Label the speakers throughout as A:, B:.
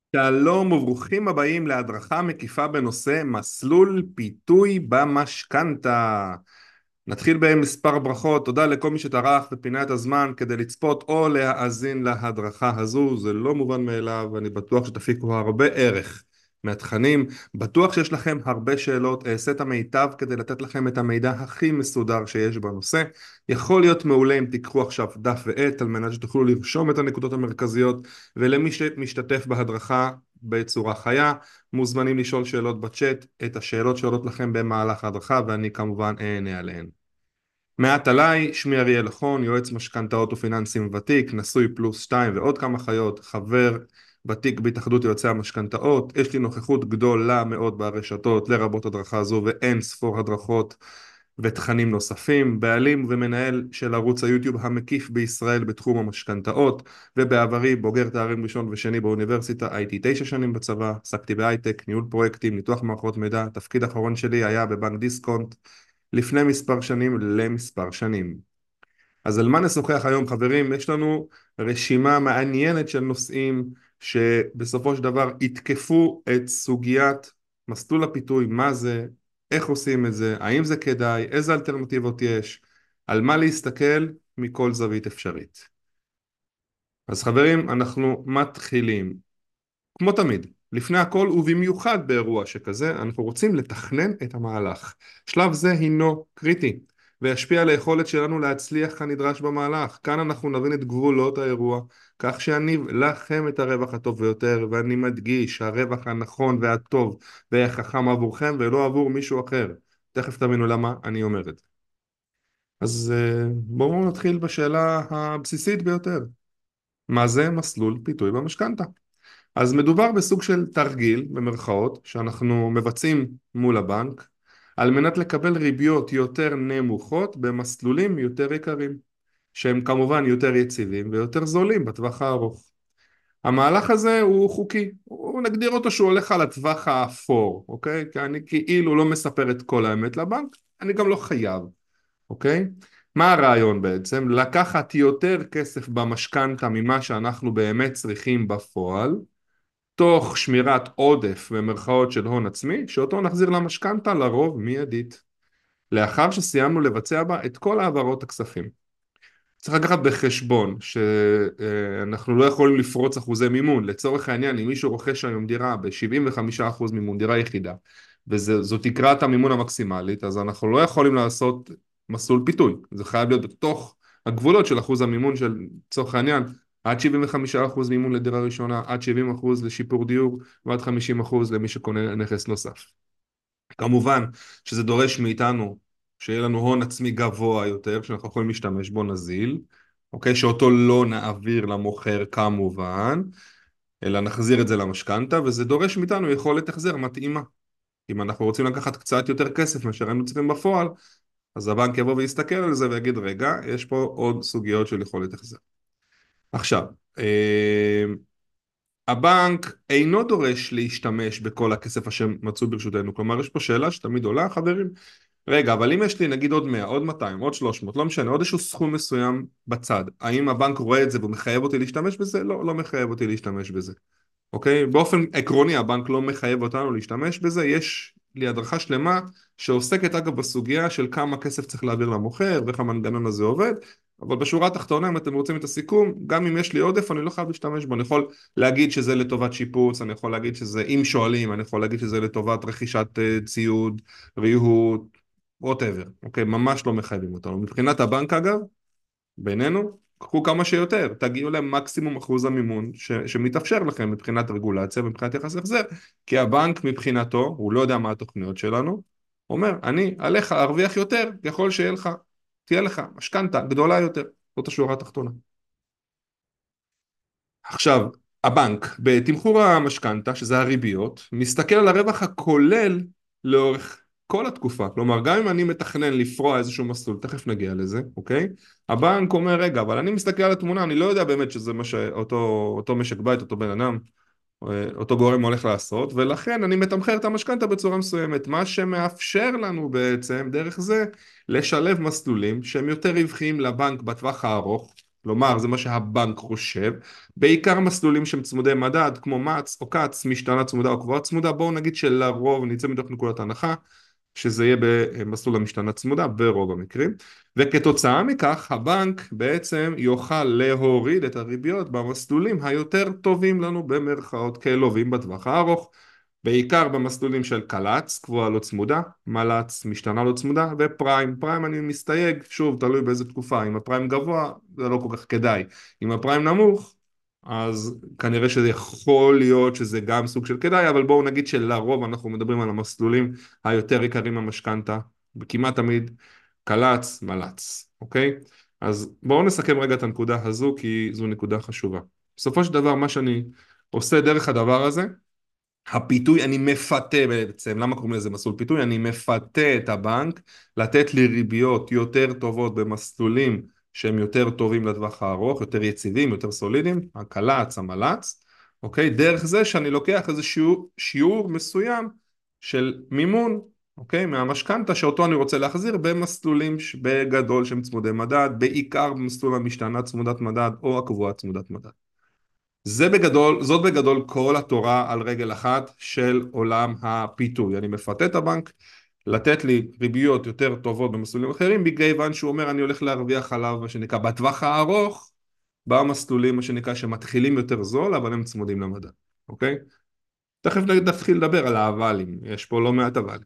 A: שלום וברוכים הבאים להדרכה מקיפה בנושא מסלול פיתוי במשכנתה. נתחיל במספר ברכות. תודה לכל מי שטרח ופינה את הזמן כדי לצפות או להאזין להדרכה הזו. זה לא מובן מאליו, ואני בטוח שתפיקו הרבה ערך מהתכנים. בטוח שיש לכם הרבה שאלות. אעשה את המיטב כדי לתת לכם את המידע הכי מסודר שיש בנושא. יכול להיות מעולה אם תיקחו עכשיו דף ועט על מנת שתוכלו לרשום את הנקודות המרכזיות, ולמי שמשתתף בהדרכה בצורה חיה מוזמנים לשאול שאלות בצ'אט, את השאלות שעולות לכם במהלך ההדרכה, ואני כמובן אענה עליהן. מעט עליי, שמי אריאל לחון, יועץ משכנתאות ופיננסים ותיק, נשוי פלוס 2 ועוד כמה חיות, חבר ותיק בהתאחדות יועצי המשכנתאות. יש לי נוכחות גדולה מאוד ברשתות, לרבות הדרכה זו ואין ספור הדרכות ותכנים נוספים. בעלים ומנהל של ערוץ היוטיוב המקיף בישראל בתחום המשכנתאות, ובעברי בוגר תארים ראשון ושני באוניברסיטה. הייתי 9 שנים בצבא, עסקתי בהייטק, ניהול פרויקטים, ניתוח מערכות מידע. תפקיד האחרון שלי היה בבנק דיסקונט לפני מספר שנים למספר שנים. אז על מה נשוחח היום, חברים? יש לנו רשימה מעניינת של נושאים שבסופו של דבר יתקפו את סוגיית מסלול הפיתוי. מה זה? איך עושים את זה? האם זה כדאי? איזה אלטרנטיבות יש? על מה להסתכל מכל זווית אפשרית. אז חברים, אנחנו מתחילים. כמו תמיד, לפני הכל ובמיוחד באירוע שכזה, אנחנו רוצים לתכנן את המהלך. שלב זה הינו קריטי, וישפיע על היכולת שלנו להצליח כנדרש במהלך. כאן אנחנו נבין את גבולות האירוע, כך שיניב לכם את הרווח הטוב ביותר, ואני מדגיש, הרווח הנכון והטוב והחכם עבורכם ולא עבור מישהו אחר. תכף תבינו למה אני אומר את זה. אז בואו נתחיל בשאלה הבסיסית ביותר. מה זה מסלול פיתוי במשכנתה? אז מדובר בסוג של תרגיל במרכאות שאנחנו מבצעים מול הבנק על מנת לקבל ריביות יותר נמוכות במסלולים יותר יקרים, שהם כמובן יותר יציבים ויותר זולים בטווח הארוך. המהלך הזה הוא חוקי, הוא נגדיר אותו שהוא הולך על הטווח האפור, אוקיי? כי אני כאילו לא מספר את כל האמת לבנק, אני גם לא חייב, אוקיי? מה הרעיון בעצם? לקחת יותר כסף במשכנתה ממה שאנחנו באמת צריכים בפועל, תוך שמירת עודף במרכאות של הון עצמי, שאותו נחזיר למשכנתה לרוב מיידית, לאחר שסיימנו לבצע בה את כל העברות הכספים. צריך לקחת בחשבון שאנחנו לא יכולים לפרוץ אחוזי מימון. לצורך העניין, אם מישהו רוכש היום דירה ב-75% מימון, דירה יחידה, וזו תקרת המימון המקסימלית, אז אנחנו לא יכולים לעשות מסלול פיתוי. זה חייב להיות בתוך הגבולות של אחוז המימון של, לצורך העניין, עד 75% מימון לדירה ראשונה, עד 70% לשיפור דיור, ועד 50% למי שקונה נכס נוסף. כמובן שזה דורש מאיתנו שיהיה לנו הון עצמי גבוה יותר, שאנחנו יכולים להשתמש בו נזיל, אוקיי? שאותו לא נעביר למוכר כמובן, אלא נחזיר את זה למשכנתה, וזה דורש מאיתנו יכולת החזר מתאימה. אם אנחנו רוצים לקחת קצת יותר כסף מאשר היינו צריכים בפועל, אז הבנק יבוא ויסתכל על זה ויגיד, רגע, יש פה עוד סוגיות של יכולת החזר. עכשיו, הבנק אינו דורש להשתמש בכל הכסף שמצאו ברשותנו. כלומר, יש פה שאלה שתמיד עולה, חברים. רגע, אבל אם יש לי נגיד עוד 100, עוד 200, עוד 300, לא משנה, עוד איזשהו סכום מסוים בצד, האם הבנק רואה את זה והוא מחייב אותי להשתמש בזה? לא, לא מחייב אותי להשתמש בזה. אוקיי? באופן עקרוני הבנק לא מחייב אותנו להשתמש בזה. יש לי הדרכה שלמה שעוסקת אגב בסוגיה של כמה כסף צריך להעביר למוכר ואיך המנגנון הזה עובד, אבל בשורה התחתונה, אם אתם רוצים את הסיכום, גם אם יש לי עודף אני לא חייב להשתמש בו. אני יכול להגיד שזה לטובת שיפוץ, אני יכול להגיד שזה, אם שואלים, אני יכול להגיד שזה לטובת רכישת ציוד, ריהוט, whatever. אוקיי? ממש לא מחייבים אותנו. מבחינת הבנק אגב, בינינו, קחו כמה שיותר, תגיעו למקסימום אחוז המימון שמתאפשר לכם מבחינת רגולציה, מבחינת יחס החזר, כי הבנק מבחינתו, הוא לא יודע מה התוכניות שלנו, אומר, אני עליך ארוויח יותר, ככל שיהיה לך, תהיה לך משכנתה גדולה יותר. זאת השורה התחתונה. עכשיו, הבנק בתמחור המשכנתה, שזה הריביות, מסתכל על הרווח הכולל לאורך כל התקופה. כלומר, גם אם אני מתכנן לפרוע איזשהו מסלול, תכף נגיע לזה, אוקיי? הבנק אומר, רגע, אבל אני מסתכל על התמונה, אני לא יודע באמת שזה מה שאותו משק בית, אותו בן אדם, אותו גורם הולך לעשות, ולכן אני מתמחר את המשכנתה בצורה מסוימת, מה שמאפשר לנו בעצם דרך זה לשלב מסלולים שהם יותר רווחיים לבנק בטווח הארוך, כלומר זה מה שהבנק חושב, בעיקר מסלולים שהם צמודי מדד כמו מצ או קץ, משתנה צמודה או קבועה צמודה. בואו נגיד שלרוב נצא מתוך נקודת הנחה שזה יהיה במסלול המשתנה צמודה ברוב המקרים, וכתוצאה מכך הבנק בעצם יוכל להוריד את הריביות במסלולים היותר טובים לנו במרכאות כלווים בטווח הארוך, בעיקר במסלולים של קל"צ, קבועה לא צמודה, מל"צ, משתנה לא צמודה, ופריים. פריים אני מסתייג, שוב תלוי באיזה תקופה, אם הפריים גבוה זה לא כל כך כדאי, אם הפריים נמוך אז כנראה שזה יכול להיות שזה גם סוג של כדאי, אבל בואו נגיד שלרוב אנחנו מדברים על המסלולים היותר יקרים במשכנתא, וכמעט תמיד קל"צ, מל"צ, אוקיי? אז בואו נסכם רגע את הנקודה הזו, כי זו נקודה חשובה. בסופו של דבר מה שאני עושה דרך הדבר הזה, הפיתוי, אני מפתה בעצם, למה קוראים לזה מסלול פיתוי? אני מפתה את הבנק לתת לי ריביות יותר טובות במסלולים שהם יותר טובים לטווח הארוך, יותר יציבים, יותר סולידיים, הקל"צ, המל"צ, אוקיי? דרך זה שאני לוקח איזה שיעור מסוים של מימון, אוקיי? מהמשכנתא שאותו אני רוצה להחזיר במסלולים בגדול שהם צמודי מדד, בעיקר במסלול המשתנה צמודת מדד או הקבועה צמודת מדד. זאת בגדול כל התורה על רגל אחת של עולם הפיתוי. אני מפתה את הבנק לתת לי ריביות יותר טובות במסלולים אחרים, מכיוון שהוא אומר אני הולך להרוויח עליו מה שנקרא בטווח הארוך, במסלולים מה שנקרא שמתחילים יותר זול אבל הם צמודים למדד, אוקיי? תכף נתחיל לדבר על האבלים, יש פה לא מעט אבלים.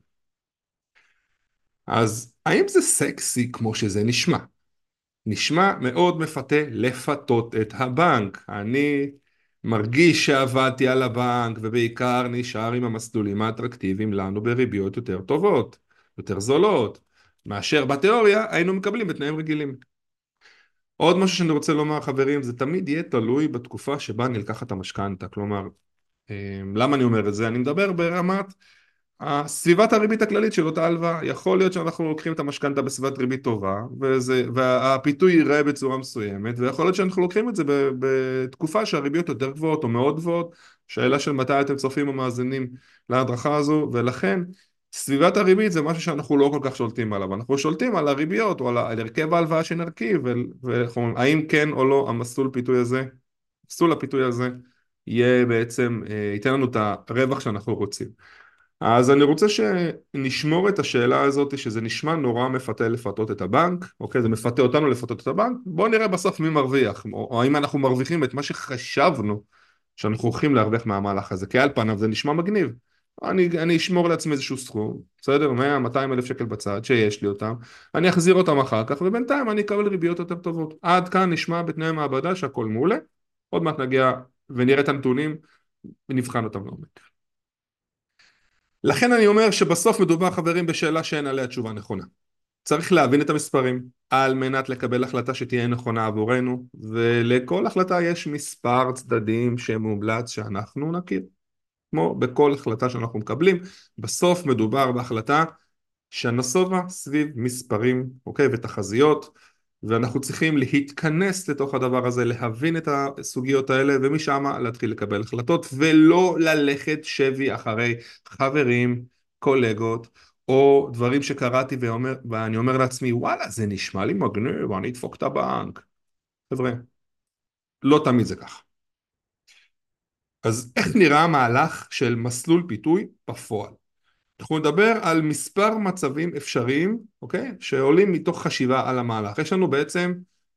A: אז האם זה סקסי כמו שזה נשמע? נשמע מאוד מפתה לפתות את הבנק. אני מרגיש שעבדתי על הבנק ובעיקר נשאר עם המסלולים האטרקטיביים לנו בריביות יותר טובות, יותר זולות, מאשר בתיאוריה היינו מקבלים בתנאים רגילים. עוד משהו שאני רוצה לומר חברים, זה תמיד יהיה תלוי בתקופה שבה נלקחת המשכנתא. כלומר, למה אני אומר את זה? אני מדבר ברמת סביבת הריבית הכללית של אותה הלוואה. יכול להיות שאנחנו לוקחים את המשכנתא בסביבת ריבית טובה והפיתוי ייראה בצורה מסוימת, ויכול להיות שאנחנו לוקחים את זה בתקופה שהריביות יותר גבוהות או מאוד גבוהות. שאלה של מתי אתם צופים או מאזינים להדרכה הזו, ולכן סביבת הריבית זה משהו שאנחנו לא כל כך שולטים עליו. אנחנו שולטים על הריביות או על הרכב ההלוואה שנרכיב, והאם כן או לא מסלול הפיתוי הזה יהיה בעצם ייתן לנו את הרווח שאנחנו רוצים. אז אני רוצה שנשמור את השאלה הזאת, שזה נשמע נורא מפתה לפתות את הבנק, אוקיי? זה מפתה אותנו לפתות את הבנק. בואו נראה בסוף מי מרוויח, או האם אנחנו מרוויחים את מה שחשבנו שאנחנו הולכים להרוויח מהמהלך הזה, כי על פניו זה נשמע מגניב. אני אשמור לעצמי איזשהו סכום, בסדר? 100-200 אלף שקל בצד שיש לי אותם, אני אחזיר אותם אחר כך, ובינתיים אני אקבל ריביות יותר טובות. עד כאן נשמע בתנאי מעבדה שהכל מעולה. עוד מעט נגיע ונראה את הנתונים ונבחן אותם לעומק. לכן אני אומר שבסוף מדובר חברים בשאלה שאין עליה תשובה נכונה. צריך להבין את המספרים על מנת לקבל החלטה שתהיה נכונה עבורנו, ולכל החלטה יש מספר צדדים שמומלץ שאנחנו נכיר. כמו בכל החלטה שאנחנו מקבלים, בסוף מדובר בהחלטה שנסובה סביב מספרים, אוקיי, ותחזיות, ואנחנו צריכים להתכנס לתוך הדבר הזה, להבין את הסוגיות האלה, ומשם להתחיל לקבל החלטות, ולא ללכת שבי אחרי חברים, קולגות, או דברים שקראתי ואני אומר לעצמי, וואלה, זה נשמע לי מגניב, אני אדפוק את הבנק. חבר'ה, לא תמיד זה כך. אז איך נראה המהלך של מסלול פיתוי בפועל? אנחנו נדבר על מספר מצבים אפשריים, אוקיי? שעולים מתוך חשיבה על המהלך. יש לנו בעצם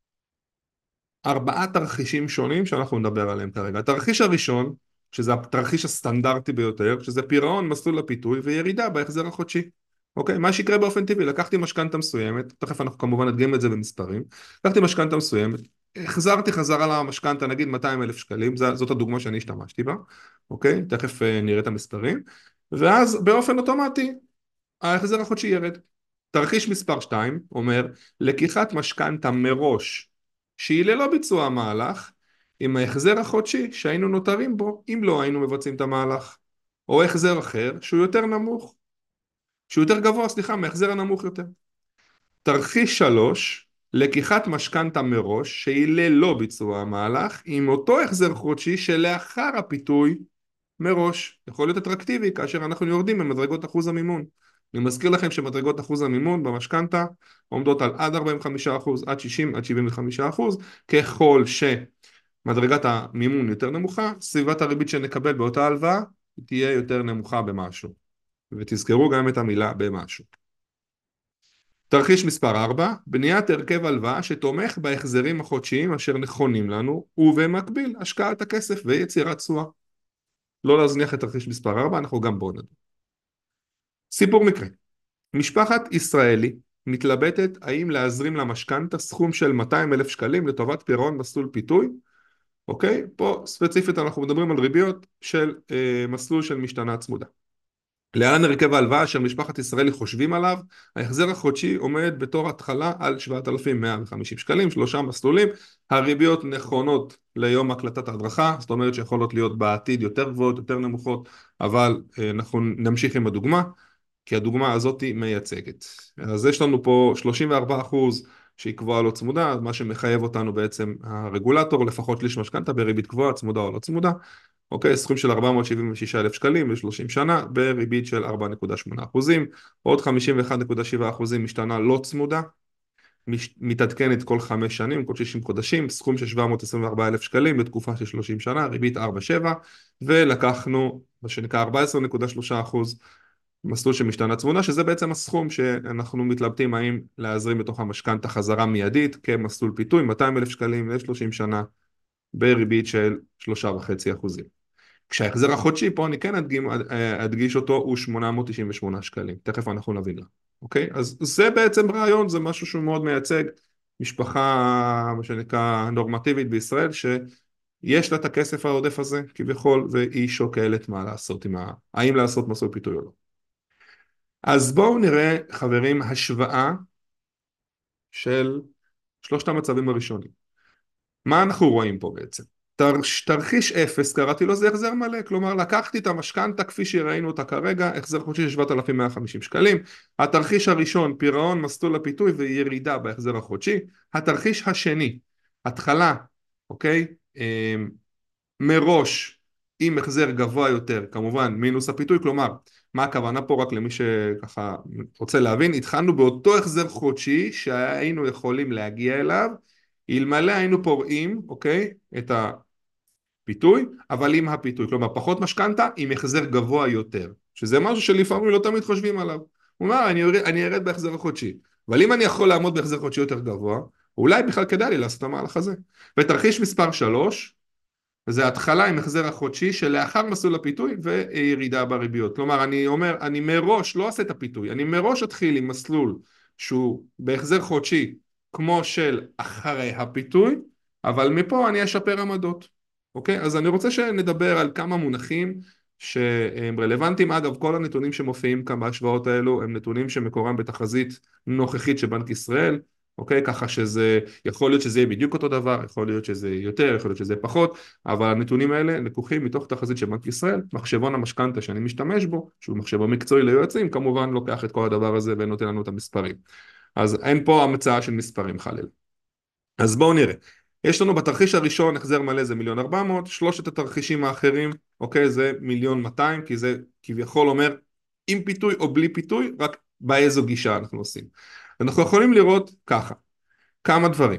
A: 4 תרחישים שונים שאנחנו נדבר עליהם כרגע. התרחיש הראשון, שזה התרחיש הסטנדרטי ביותר, שזה פירעון מסלול הפיתוי וירידה בהחזר החודשי. אוקיי? מה שיקרה באופן טבעי, לקחתי משכנתא מסוימת, תכף אנחנו כמובן נדגים את זה במספרים, לקחתי משכנתא מסוימת, החזרתי חזרה למשכנתא נגיד 200 אלף שקלים, זאת הדוגמה שאני השתמשתי בה, אוקיי? תכף נראה את המספרים, ואז באופן אוטומטי ההחזר החודשי ירד. תרחיש מספר 2 אומר לקיחת משכנתא מראש שהיא ללא ביצוע המהלך, עם ההחזר החודשי שהיינו נותרים בו אם לא היינו מבצעים את המהלך, או החזר אחר שהוא יותר נמוך, שהוא יותר גבוה, סליחה, מהחזר הנמוך יותר. תרחיש 3, לקיחת משכנתא מראש שהיא ללא ביצוע המהלך, עם אותו החזר חודשי שלאחר הפיתוי מראש. יכול להיות אטרקטיבי כאשר אנחנו יורדים במדרגות אחוז המימון. אני מזכיר לכם שמדרגות אחוז המימון במשכנתה עומדות על עד 45%, עד 60, עד 75%. ככל שמדרגת המימון יותר נמוכה, סביבת הריבית שנקבל באותה הלוואה תהיה יותר נמוכה במשהו. ותזכרו גם את המילה במשהו. תרחיש מספר 4, בניית הרכב הלוואה שתומך בהחזרים החודשיים אשר נכונים לנו, ובמקביל השקעת הכסף ויצירת תשואה. לא להזניח את תרחיש מספר 4, אנחנו גם בו נדון. סיפור מקרה. משפחת ישראלי מתלבטת האם להזרים למשכנתה סכום של 200,000 שקלים לטובת פירעון מסלול פיתוי. אוקיי? פה ספציפית אנחנו מדברים על ריביות של מסלול של משתנה צמודה. להלן הרכב ההלוואה של משפחת ישראלי חושבים עליו. ההחזר החודשי עומד בתור התחלה על 7,150 שקלים, 3 מסלולים. הריביות נכונות ליום הקלטת ההדרכה, זאת אומרת שיכולות להיות בעתיד יותר גבוהות, יותר נמוכות, אבל אנחנו נמשיך עם הדוגמה, כי הדוגמה הזאת היא מייצגת. אז יש לנו פה 34% שהיא קבועה לא צמודה, מה שמחייב אותנו בעצם הרגולטור, לפחות שליש משכנתה בריבית קבועה, צמודה או לא צמודה. אוקיי, סכום של 476,000 שקלים ל-30 שנה בריבית של 4.8%, עוד 51.7% משתנה לא צמודה, מתעדכנת כל 5 שנים, כל 60 חודשים, סכום של 724,000 שקלים בתקופה של 30 שנה, ריבית 4.7, ולקחנו מה שנקרא 14.3%, מסלול שמשתנה צמודה, שזה בעצם הסכום שאנחנו מתלבטים האם להזרים בתוך המשכנתה חזרה מיידית כמסלול פיתוי, 200,000 שקלים ל-30 שנה בריבית של 3.5%. כשההחזר החודשי, פה אני כן אדגיש אותו, הוא 898 שקלים. תכף אנחנו נבין לה. אוקיי? אז זה בעצם רעיון, זה משהו שהוא מאוד מייצג משפחה, מה שנקרא, נורמטיבית בישראל, שיש לה את הכסף העודף הזה, כביכול, והיא שוקלת מה לעשות האם לעשות מסלול פיתוי או לא. אז בואו נראה, חברים, השוואה של 3 המצבים הראשונים. מה אנחנו רואים פה בעצם? תרחיש 0, קראתי לו, זה החזר מלא, כלומר לקחתי את המשכנתה כפי שראינו אותה כרגע, החזר חודשי של 7,150 שקלים. התרחיש הראשון, פירעון מסלול הפיתוי וירידה בהחזר החודשי. התרחיש השני, התחלה, אוקיי? מראש עם החזר גבוה יותר, כמובן מינוס הפיתוי, כלומר, מה הכוונה פה רק למי שככה רוצה להבין? התחלנו באותו החזר חודשי שהיינו יכולים להגיע אליו, אלמלא היינו פורעים, אוקיי, את הפיתוי, אבל עם הפיתוי, כלומר פחות משכנתה עם החזר גבוה יותר, שזה משהו שלפעמים לא תמיד חושבים עליו. הוא אומר, אני ארד בהחזר החודשי, אבל אם אני יכול לעמוד בהחזר חודשי יותר גבוה, אולי בכלל כדאי לי לעשות את המהלך הזה. ותרחיש מספר 3, זה התחלה עם החזר החודשי שלאחר מסלול הפיתוי וירידה בריביות. כלומר, אני אומר, אני מראש לא אעשה את הפיתוי, אני מראש אתחיל עם מסלול שהוא בהחזר חודשי כמו של אחרי הפיתוי, אבל מפה אני אשפר עמדות. אוקיי? אז אני רוצה שנדבר על כמה מונחים שהם רלוונטיים. אגב, כל הנתונים שמופיעים כאן בהשוואות האלו הם נתונים שמקורם בתחזית נוכחית של בנק ישראל. אוקיי? ככה שזה, יכול להיות שזה יהיה בדיוק אותו דבר, יכול להיות שזה יותר, יכול להיות שזה פחות, אבל הנתונים האלה לקוחים מתוך תחזית של בנק ישראל. מחשבון המשכנתה שאני משתמש בו, שהוא מחשבון מקצועי ליועצים, כמובן לוקח את כל הדבר הזה ונותן לנו את המספרים. אז אין פה המצאה של מספרים חלילה. אז בואו נראה. יש לנו בתרחיש הראשון החזר מלא זה 1,400,000, 3 התרחישים האחרים, אוקיי, זה 1,200,000, כי זה כביכול אומר עם פיתוי או בלי פיתוי, רק באיזו גישה אנחנו עושים. אנחנו יכולים לראות ככה, כמה דברים.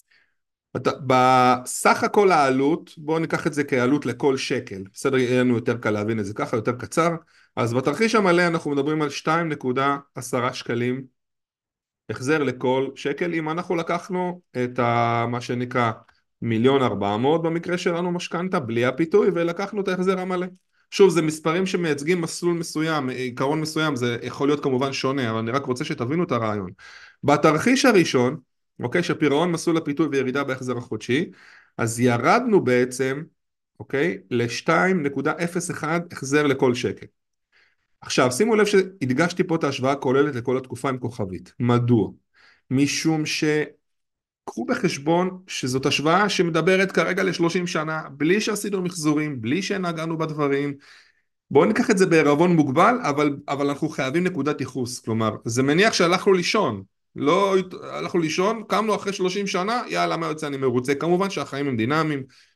A: בסך הכל העלות, בואו ניקח את זה כעלות לכל שקל, בסדר, יהיה לנו יותר קל להבין את זה ככה, יותר קצר. אז בתרחיש המלא אנחנו מדברים על 2.10 שקלים החזר לכל שקל, אם אנחנו לקחנו את מה שנקרא 1,400,000 במקרה שלנו משכנתה, בלי הפיתוי, ולקחנו את ההחזר המלא. שוב, זה מספרים שמייצגים מסלול מסוים, עיקרון מסוים, זה יכול להיות כמובן שונה, אבל אני רק רוצה שתבינו את הרעיון. בתרחיש הראשון, אוקיי, שפירעון מסלול הפיתוי וירידה בהחזר החודשי, אז ירדנו בעצם, אוקיי, ל-2.01 החזר לכל שקל. עכשיו, שימו לב שהדגשתי פה את ההשוואה הכוללת לכל התקופה עם כוכבית. מדוע? משום שקחו בחשבון שזאת השוואה שמדברת כרגע ל-30 שנה, בלי שעשינו מחזורים, בלי שנגענו בדברים. בואו ניקח את זה בערבון מוגבל, אבל אנחנו חייבים נקודת ייחוס. כלומר, זה מניח שהלכנו לישון. לא הלכנו לישון, קמנו אחרי 30 שנה, יאללה, מה יוצא, אני מרוצה. כמובן שהחיים הם דינמיים,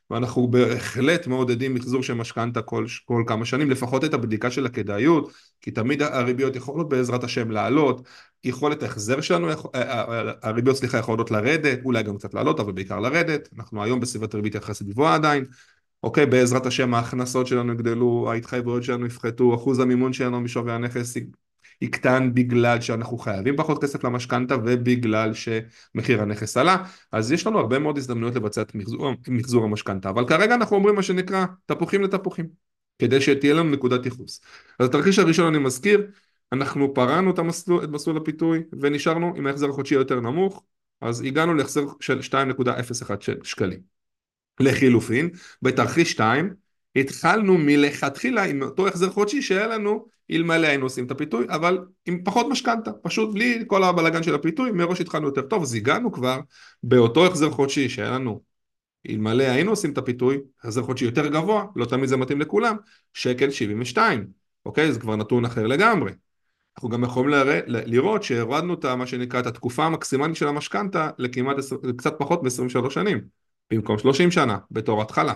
A: ואנחנו בהחלט מעודדים מחזור של משכנתה כל כמה שנים, לפחות את הבדיקה של הכדאיות, כי תמיד הריביות יכולות בעזרת השם לעלות, יכולת ההחזר שלנו, הריביות סליחה יכולות לרדת, אולי גם קצת לעלות, אבל בעיקר לרדת, אנחנו היום בסביבת ריבית יחסית גבוהה עדיין, אוקיי, בעזרת השם ההכנסות שלנו יגדלו, ההתחייבויות שלנו יפחתו, אחוז המימון שלנו משווי הנכס יקטן בגלל שאנחנו חייבים פחות כסף למשכנתה ובגלל שמחיר הנכס עלה, אז יש לנו הרבה מאוד הזדמנויות לבצע את מחזור המשכנתה, אבל כרגע אנחנו אומרים מה שנקרא תפוחים לתפוחים, כדי שתהיה לנו נקודת ייחוס. אז התרחיש הראשון אני מזכיר, אנחנו פרענו את מסלול הפיתוי ונשארנו עם ההחזר החודשי יותר נמוך, אז הגענו להחזר של 2.01 שקלים. לחילופין, בתרחיש 2, התחלנו מלכתחילה עם אותו החזר חודשי שהיה לנו, אלמלא היינו עושים את הפיתוי, אבל עם פחות משכנתה, פשוט בלי כל הבלגן של הפיתוי, מראש התחלנו יותר טוב, אז הגענו כבר באותו החזר חודשי שהיה לנו, אלמלא היינו עושים את הפיתוי, החזר חודשי יותר גבוה, לא תמיד זה מתאים לכולם, שקל 72, אוקיי? זה כבר נתון אחר לגמרי. אנחנו גם יכולים לראות שהורדנו את מה שנקרא את התקופה המקסימלית של המשכנתה לכמעט קצת פחות מ-23 שנים, במקום 30 שנה, בתור התחלה.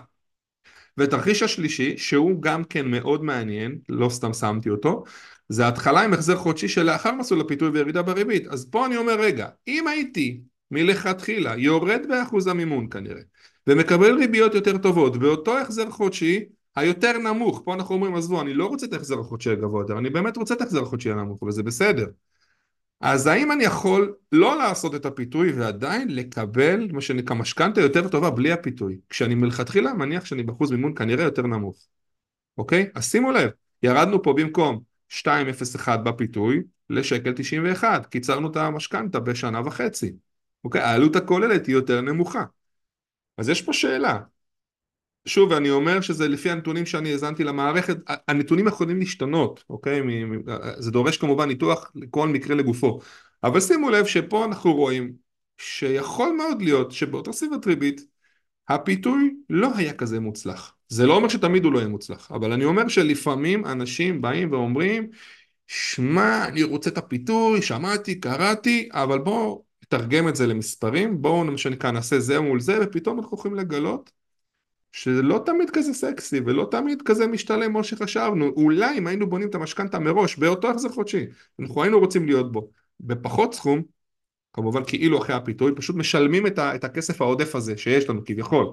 A: ותרחיש השלישי, שהוא גם כן מאוד מעניין, לא סתם שמתי אותו, זה התחלה עם החזר חודשי שלאחר מסלול הפיתוי וירידה בריבית. אז פה אני אומר, רגע, אם הייתי מלכתחילה יורד באחוז המימון כנראה, ומקבל ריביות יותר טובות, באותו החזר חודשי היותר נמוך, פה אנחנו אומרים, עזבו, אני לא רוצה את ההחזר החודשי הגבוה יותר, אני באמת רוצה את ההחזר החודשי הנמוך, וזה בסדר. אז האם אני יכול לא לעשות את הפיתוי ועדיין לקבל מה שנקרא משכנתה יותר טובה בלי הפיתוי, כשאני מלכתחילה מניח שאני באחוז מימון כנראה יותר נמוך, אוקיי? אז שימו לב, ירדנו פה במקום 2.01 בפיתוי לשקל 91, קיצרנו את המשכנתה בשנה וחצי, אוקיי? העלות הכוללת היא יותר נמוכה. אז יש פה שאלה, שוב, אני אומר שזה לפי הנתונים שאני האזנתי למערכת, הנתונים יכולים להשתנות, אוקיי? זה דורש כמובן ניתוח לכל מקרה לגופו. אבל שימו לב שפה אנחנו רואים שיכול מאוד להיות שבאותה סביבת ריבית, הפיתוי לא היה כזה מוצלח. זה לא אומר שתמיד הוא לא יהיה מוצלח, אבל אני אומר שלפעמים אנשים באים ואומרים, שמע, אני רוצה את הפיתוי, שמעתי, קראתי, אבל בואו נתרגם את זה למספרים, בואו מה שנקרא נעשה זה מול זה, ופתאום אנחנו יכולים לגלות שזה לא תמיד כזה סקסי ולא תמיד כזה משתלם כמו שחשבנו. אולי אם היינו בונים את המשכנתה מראש באותו החזר חודשי, אנחנו היינו רוצים להיות בו בפחות סכום, כמובן כאילו אחרי הפיתוי, פשוט משלמים את הכסף העודף הזה שיש לנו כביכול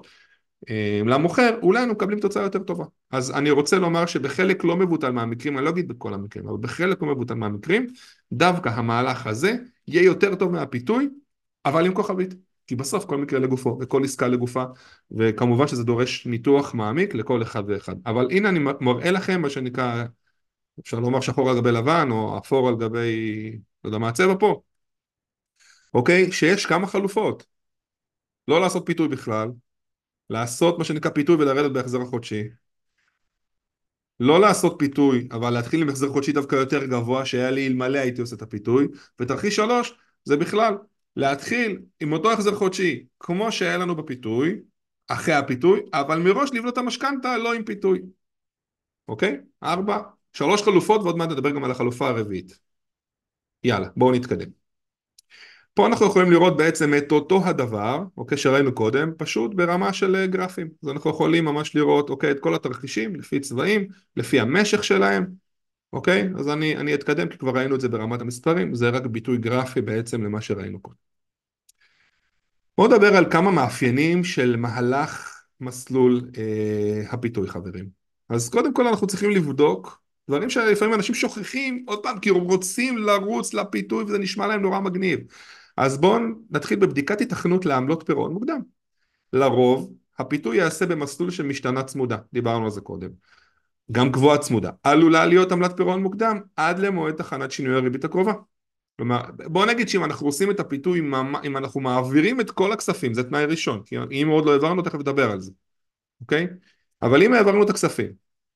A: למוכר, אולי היינו מקבלים תוצאה יותר טובה. אז אני רוצה לומר שבחלק לא מבוטל מהמקרים, אני לא אגיד בכל המקרים, אבל בחלק לא מבוטל מהמקרים, דווקא המהלך הזה יהיה יותר טוב מהפיתוי, אבל עם כוכבית. כי בסוף כל מקרה לגופו וכל עסקה לגופה, וכמובן שזה דורש ניתוח מעמיק לכל אחד ואחד. אבל הנה אני מראה לכם מה שנקרא, אפשר לומר שחור על גבי לבן, או אפור על גבי, לא יודע מה הצבע פה, אוקיי? שיש כמה חלופות. לא לעשות פיתוי בכלל, לעשות מה שנקרא פיתוי ולרדת בהחזר החודשי, לא לעשות פיתוי, אבל להתחיל עם החזר חודשי דווקא יותר גבוה, שהיה לי אלמלא הייתי עושה את הפיתוי, ותרחיש 3, זה בכלל, להתחיל עם אותו החזר חודשי, כמו שהיה לנו בפיתוי, אחרי הפיתוי, אבל מראש לבנות את המשכנתה לא עם פיתוי, אוקיי? 4, 3 חלופות, ועוד מעט נדבר גם על החלופה הרביעית. יאללה, בואו נתקדם. פה אנחנו יכולים לראות בעצם את אותו הדבר, אוקיי, שראינו קודם, פשוט ברמה של גרפים. אז אנחנו יכולים ממש לראות, אוקיי, את כל התרחישים, לפי צבעים, לפי המשך שלהם, אוקיי? אז אני אתקדם, כי כבר ראינו את זה ברמת המספרים, זה רק ביטוי גרפי בעצם למה שראינו קודם. בואו נדבר על כמה מאפיינים של מהלך מסלול הפיתוי, חברים. אז קודם כל אנחנו צריכים לבדוק דברים שלפעמים אנשים שוכחים, עוד פעם, כי הם רוצים לרוץ לפיתוי וזה נשמע להם נורא מגניב. אז בואו נתחיל בבדיקת התכנות לעמלות פירעון מוקדם. לרוב, הפיתוי יעשה במסלול של משתנה צמודה, דיברנו על זה קודם. גם קבועה צמודה. עלולה להיות עמלת פירעון מוקדם עד למועד תחנת שינוי הריבית הקרובה. כלומר, בוא נגיד שאם אנחנו עושים את הפיתוי, אם אנחנו מעבירים את כל הכספים, זה תנאי ראשון, כי אם עוד לא העברנו, תכף נדבר על זה, אוקיי? אבל אם העברנו את הכספים,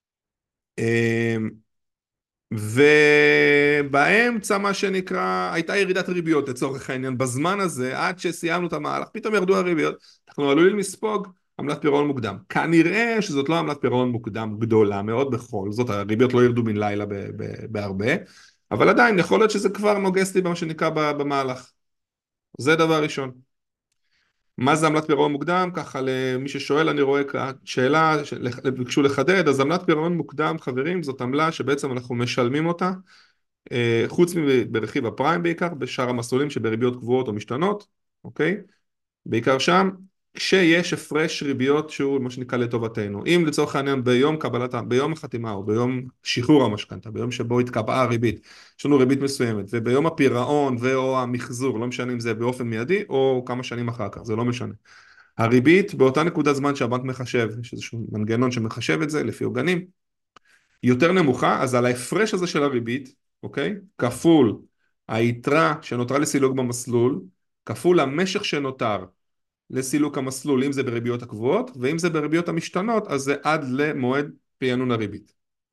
A: ובאמצע מה שנקרא, הייתה ירידת ריביות לצורך העניין, בזמן הזה, עד שסיימנו את המהלך, פתאום ירדו הריביות, אנחנו עלולים לספוג עמלת פירעון מוקדם. כנראה שזאת לא עמלת פירעון מוקדם גדולה מאוד בכל זאת, הריביות לא ירדו בן לילה בהרבה, אבל עדיין יכול להיות שזה כבר נוגס לי במה שנקרא במהלך. זה דבר ראשון. מה זה עמלת פירעון מוקדם? ככה למי ששואל, אני רואה שאלה, ביקשו לחדד. אז עמלת פירעון מוקדם, חברים, זאת עמלה שבעצם אנחנו משלמים אותה, חוץ מברכיב הפריים בעיקר, בשאר המסלולים שבריביות קבועות או משתנות, אוקיי? בעיקר שם, כשיש הפרש ריביות שהוא מה שנקרא לטובתנו. אם לצורך העניין ביום החתימה או ביום שחרור המשכנתא, ביום שבו התקבעה הריבית, יש לנו ריבית מסוימת, וביום הפירעון ו/או המחזור, לא משנה אם זה באופן מיידי או כמה שנים אחר כך, זה לא משנה. הריבית באותה נקודת זמן שהבנק מחשב, יש איזשהו מנגנון שמחשב את זה לפי עוגנים, יותר נמוכה, אז על ההפרש הזה של הריבית, אוקיי? כפול היתרה שנותרה לסילוק במסלול, כפול המשך שנותר לסילוק המסלול, אם זה בריביות הקבועות, ואם זה בריביות המשתנות, אז זה עד למועד פענון הריבית.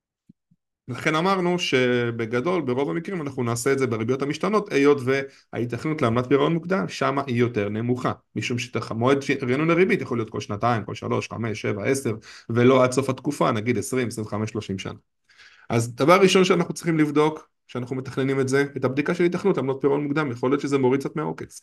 A: לכן אמרנו שבגדול, ברוב המקרים אנחנו נעשה את זה בריביות המשתנות, היות וההיתכנות לעמלת פירעון מוקדם, שמה היא יותר נמוכה, משום שמועד פענון הריבית יכול להיות כל שנתיים, כל 3, 5, 7, 10, ולא עד סוף התקופה, נגיד 20, 25, 30 שנה. אז דבר ראשון שאנחנו צריכים לבדוק, כשאנחנו מתכננים את זה, את הבדיקה של היתכנות לעמלות פירעון מוקדם, יכול להיות שזה מוריד קצת מהעוקץ.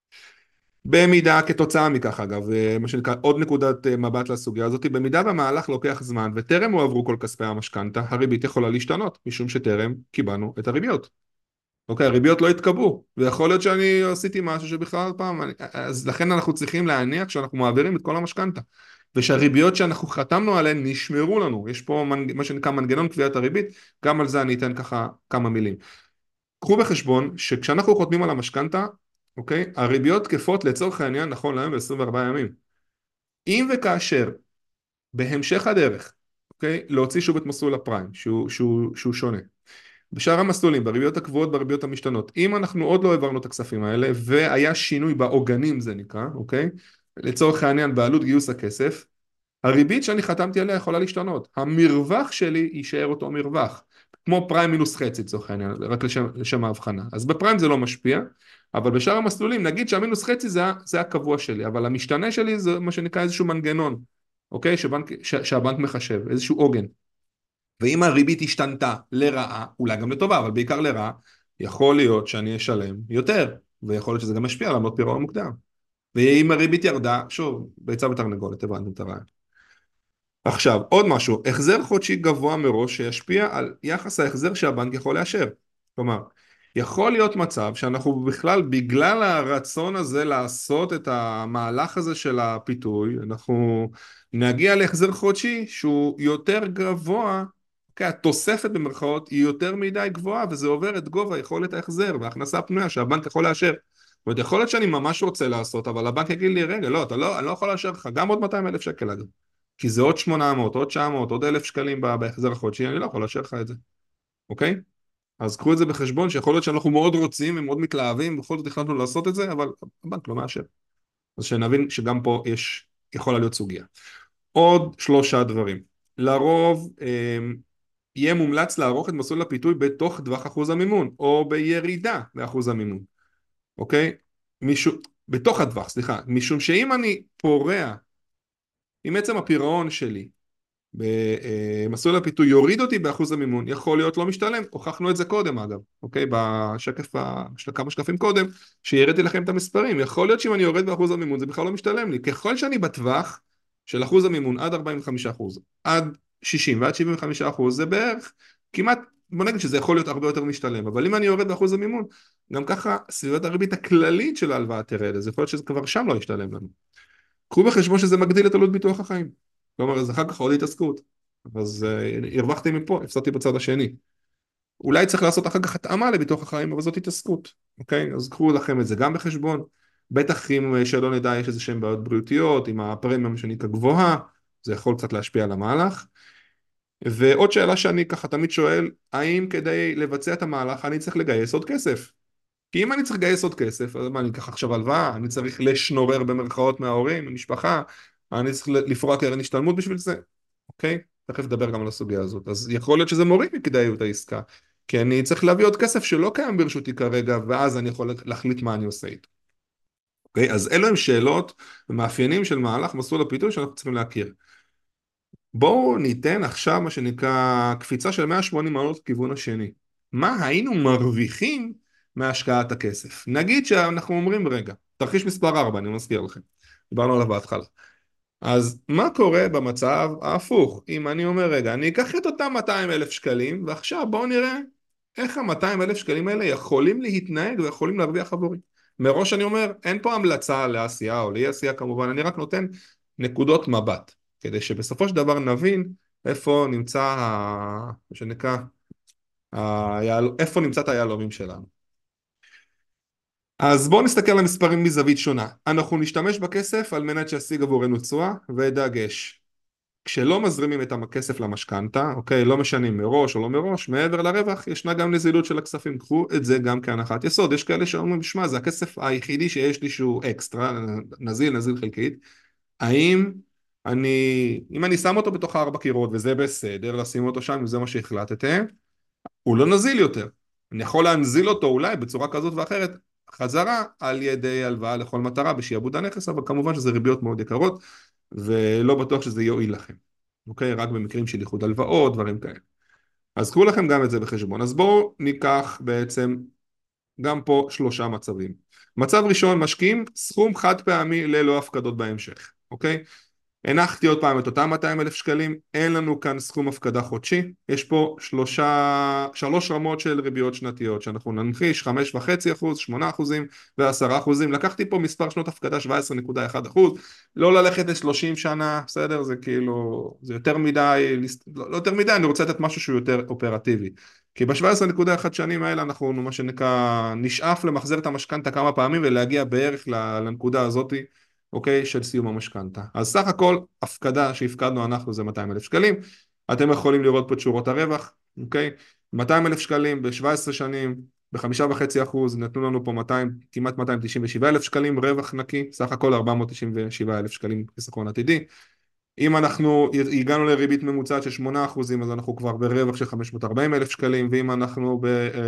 A: במידה כתוצאה מכך אגב, מה שנקרא עוד נקודת מבט לסוגיה הזאת, במידה והמהלך לוקח זמן וטרם הועברו כל כספי המשכנתא, הריבית יכולה להשתנות, משום שטרם קיבלנו את הריביות. אוקיי, הריביות לא התקבעו, ויכול להיות שאני עשיתי משהו שבכלל פעם, אז לכן אנחנו צריכים להניח שאנחנו מעבירים את כל המשכנתא, ושהריביות שאנחנו חתמנו עליהן נשמרו לנו, יש פה מה שנקרא מנגנון קביעת הריבית, גם על זה אני אתן ככה כמה מילים. קחו בחשבון שכשאנחנו חותמים על המשכנתא, אוקיי, הריביות תקפות לצורך העניין נכון להיום ב-24 ימים. אם וכאשר בהמשך הדרך, אוקיי, להוציא שוב את מסלול הפריים, שהוא שונה. בשאר המסלולים, בריביות הקבועות, בריביות המשתנות, אם אנחנו עוד לא העברנו את הכספים האלה, והיה שינוי בעוגנים זה נקרא, אוקיי, לצורך העניין בעלות גיוס הכסף, הריבית שאני חתמתי עליה יכולה להשתנות. המרווח שלי יישאר אותו מרווח. כמו פריים מינוס חצי, לצורך העניין, רק לשם ההבחנה. אז בפריים זה לא משפיע, אבל בשאר המסלולים, נגיד שהמינוס חצי זה הקבוע שלי, אבל המשתנה שלי זה מה שנקרא איזשהו מנגנון, אוקיי? שהבנק מחשב, איזשהו עוגן. ואם הריבית השתנתה לרעה, אולי גם לטובה, אבל בעיקר לרעה, יכול להיות שאני אשלם יותר, ויכול להיות שזה גם משפיע על עמלות פירעון מוקדם. ואם הריבית ירדה, שוב, ביצה ותרנגולת, הבנתם את הרעיון. עכשיו, עוד משהו, החזר חודשי גבוה מראש שישפיע על יחס ההחזר שהבנק יכול לאשר. כלומר, יכול להיות מצב שאנחנו בכלל, בגלל הרצון הזה לעשות את המהלך הזה של הפיתוי, אנחנו נגיע להחזר חודשי שהוא יותר גבוה, אוקיי, התוספת במרכאות היא יותר מדי גבוהה, וזה עובר את גובה יכולת ההחזר וההכנסה הפנויה שהבנק יכול לאשר. זאת אומרת, יכול להיות שאני ממש רוצה לעשות, אבל הבנק יגיד לי, רגע, לא, אני לא יכול לאשר לך, גם עוד 200,000 שקל אגב. כי זה עוד 800, עוד 900, עוד 1,000 שקלים בהחזר החודשי, אני לא יכול לאשר לך את זה, אוקיי? אז קחו את זה בחשבון, שיכול להיות שאנחנו מאוד רוצים ומאוד מתלהבים, בכל זאת החלטנו לעשות את זה, אבל הבנק לא מאשר. אז שנבין שגם פה יכולה להיות סוגיה. עוד 3 דברים. לרוב יהיה מומלץ לערוך את מסלול הפיתוי בתוך טווח אחוז המימון, או בירידה באחוז המימון, אוקיי? בתוך הטווח, סליחה, משום שאם אני פורע עם עצם הפירעון שלי במסלול הפיתוי יוריד אותי באחוז המימון, יכול להיות לא משתלם, הוכחנו את זה קודם אגב, אוקיי? בשקף של כמה שקפים קודם, שיראתי לכם את המספרים, יכול להיות שאם אני יורד באחוז המימון זה בכלל לא משתלם לי, ככל שאני בטווח של אחוז המימון עד 45%, עד 60 ועד 75%, זה בערך כמעט, בוא נגיד שזה יכול להיות הרבה יותר משתלם, אבל אם אני יורד באחוז המימון, גם ככה סביבת הריבית הכללית של ההלוואה תרד, אז יכול להיות שזה כבר שם לא ישתלם לנו. קחו בחשבון שזה מגדיל את עלות ביטוח החיים. כלומר, אז אחר כך עוד התעסקות. אז הרווחתי מפה, הפסדתי בצד השני. אולי צריך לעשות אחר כך התאמה לביטוח החיים, אבל זאת התעסקות. אוקיי? אז קחו לכם את זה גם בחשבון. בטח אם שלא נדע יש איזה שהן בעיות בריאותיות, עם הפרמיה המשנית הגבוהה, זה יכול קצת להשפיע על המהלך. ועוד שאלה שאני ככה תמיד שואל, האם כדי לבצע את המהלך אני צריך לגייס עוד כסף? כי אם אני צריך לגייס עוד כסף, אז מה, אני אקח עכשיו הלוואה, אני צריך לשנורר במרכאות מההורים, מהמשפחה, אני צריך לפרוע קרן השתלמות בשביל זה, אוקיי? תכף נדבר גם על הסוגיה הזאת. אז יכול להיות שזה מוריד מכדאיות העסקה, כי אני צריך להביא עוד כסף שלא קיים ברשותי כרגע, ואז אני יכול להחליט מה אני עושה איתו. אוקיי? אז אלו הם שאלות ומאפיינים של מהלך מסלול הפיתוי שאנחנו צריכים להכיר. בואו ניתן עכשיו מה שנקרא קפיצה של 180 מעלות לכיוון השני. מה היינו מרוויחים מהשקעת הכסף? נגיד שאנחנו אומרים רגע, תרחיש מספר 4, אני מזכיר לכם. דיברנו עליו בהתחלה. אז מה קורה במצב ההפוך? אם אני אומר, רגע, אני אקח את אותם 200 אלף שקלים, ועכשיו בואו נראה איך ה-200 אלף שקלים האלה יכולים להתנהג ויכולים להרוויח עבורי. מראש אני אומר, אין פה המלצה לעשייה או לאי עשייה כמובן, אני רק נותן נקודות מבט, כדי שבסופו של דבר נבין איפה נמצא, מה שנקרא, איפה נמצא את היהלומים שלנו. אז בואו נסתכל על המספרים מזווית שונה. אנחנו נשתמש בכסף על מנת שישיג עבורנו תשואה, ודגש. כשלא מזרימים את הכסף למשכנתה, אוקיי, לא משנים מראש או לא מראש, מעבר לרווח, ישנה גם נזילות של הכספים. קחו את זה גם כהנחת יסוד. יש כאלה שאומרים, שמע, זה הכסף היחידי שיש לי שהוא אקסטרה, נזיל חלקית. האם אם אני שם אותו בתוך 4 קירות, וזה בסדר, לשים אותו שם, אם זה מה שהחלטתם, הוא לא נזיל יותר. אני יכול להנזיל אותו אולי בצורה כזאת ואחרת, חזרה על ידי הלוואה לכל מטרה בשיעבוד הנכס, אבל כמובן שזה ריביות מאוד יקרות, ולא בטוח שזה יועיל לכם. אוקיי? רק במקרים של איחוד הלוואות, דברים כאלה. אז קחו לכם גם את זה בחשבון. אז בואו ניקח בעצם גם פה 3 מצבים. מצב ראשון, משקיעים סכום חד פעמי ללא הפקדות בהמשך. אוקיי? הנחתי עוד פעם את אותם 200 אלף שקלים, אין לנו כאן סכום הפקדה חודשי, יש פה 3 רמות של ריביות שנתיות, שאנחנו ננחיש 5.5%, 8% ו10%, לקחתי פה מספר שנות הפקדה 17.1%, לא ללכת ל30 שנה, בסדר, זה כאילו, זה יותר מדי, לא יותר מדי, אני רוצה לתת משהו שהוא יותר אופרטיבי, כי ב-17.1 שנים האלה אנחנו, מה שנקרא, נשאף למחזר את המשכנתה כמה פעמים ולהגיע בערך לנקודה הזאתי, אוקיי, של סיום המשכנתה. אז סך הכל, הפקדה שהפקדנו אנחנו זה 200 אלף שקלים. אתם יכולים לראות פה את שורות הרווח, אוקיי? 200 אלף שקלים ב-17 שנים, ב5.5% נתנו לנו פה כמעט 297 אלף שקלים רווח נקי, סך הכל 497 אלף שקלים חיסכון עתידי. אם אנחנו הגענו לריבית ממוצעת של 8%, אז אנחנו כבר ברווח של 540 אלף שקלים, ואם אנחנו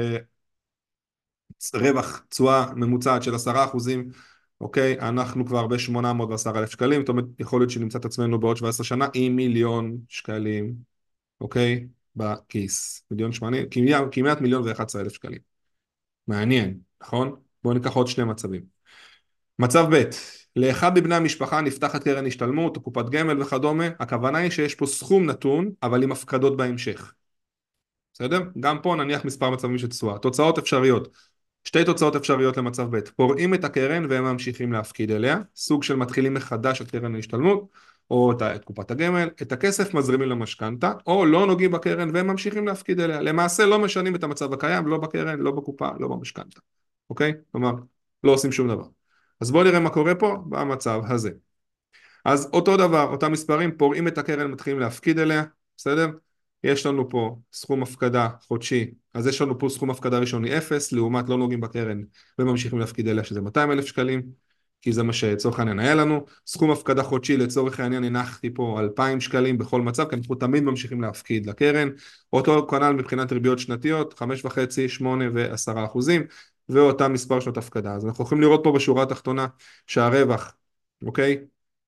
A: ברווח תשואה ממוצעת של 10%, אוקיי, אנחנו כבר ב-810 אלף שקלים, זאת אומרת, יכול להיות שנמצא את עצמנו בעוד 17 שנה עם 1,000,000 שקלים, אוקיי, בכיס. כמעט 1,011 אלף שקלים. מעניין, נכון? בואו ניקח עוד 2 מצבים. מצב ב', לאחד מבני המשפחה נפתחת קרן השתלמות או קופת גמל וכדומה, הכוונה היא שיש פה סכום נתון, אבל עם הפקדות בהמשך. בסדר? גם פה נניח מספר מצבים של תשואה. תוצאות אפשריות. 2 תוצאות אפשריות למצב ב', פורעים את הקרן והם ממשיכים להפקיד אליה, סוג של מתחילים מחדש את קרן ההשתלמות, או את קופת הגמל, את הכסף מזרימים למשכנתה, או לא נוגעים בקרן והם ממשיכים להפקיד אליה. למעשה לא משנים את המצב הקיים, לא בקרן, לא בקופה, לא במשכנתה. אוקיי? כלומר, לא עושים שום דבר. אז בואו נראה מה קורה פה במצב הזה. אז אותו דבר, אותם מספרים, פורעים את הקרן, מתחילים להפקיד אליה, בסדר? יש לנו פה סכום הפקדה חודשי, אז יש לנו פה סכום הפקדה ראשוני 0, לעומת לא נוגעים בקרן וממשיכים להפקיד אליה שזה 200 אלף שקלים, כי זה מה שצורך העניין היה לנו. סכום הפקדה חודשי לצורך העניין הנחתי פה 2,000 שקלים בכל מצב, כי אנחנו תמיד ממשיכים להפקיד לקרן. אותו כנ"ל מבחינת ריביות שנתיות, 5.5, 8 ו10%, ואותה מספר שנות הפקדה. אז אנחנו יכולים לראות פה בשורה התחתונה שהרווח, אוקיי?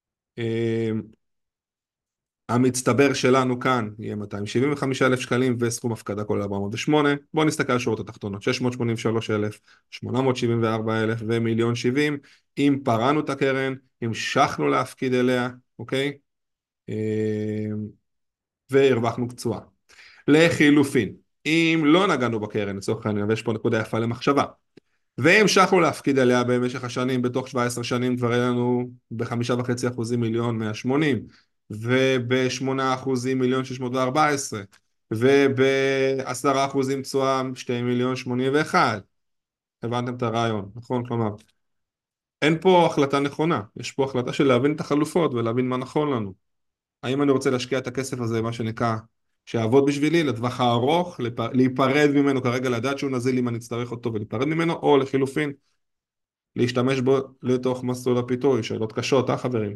A: המצטבר שלנו כאן יהיה 275 אלף שקלים וסכום הפקדה כל 408. בואו נסתכל על שורות התחתונות, 683 אלף, 874 אלף ומיליון 70. אם פרענו את הקרן, המשכנו להפקיד אליה, אוקיי? והרווחנו תשואה. לחילופין, אם לא נגענו בקרן לצורך העניין, ויש פה נקודה יפה למחשבה, והמשכנו להפקיד עליה במשך השנים, בתוך 17 שנים כבר היה לנו ב5.5% 1,180,000, וב8% 1,614,000, וב10% תשואה 2,081,000. הבנתם את הרעיון, נכון? כלומר, אין פה החלטה נכונה, יש פה החלטה של להבין את החלופות ולהבין מה נכון לנו. האם אני רוצה להשקיע את הכסף הזה, מה שנקרא, שיעבוד בשבילי לטווח הארוך, להיפרד ממנו כרגע, לדעת שהוא נזיל אם אני אצטרך אותו ולהיפרד ממנו, או לחילופין, להשתמש בו לתוך מסלול הפיתוי. שאלות קשות, חברים?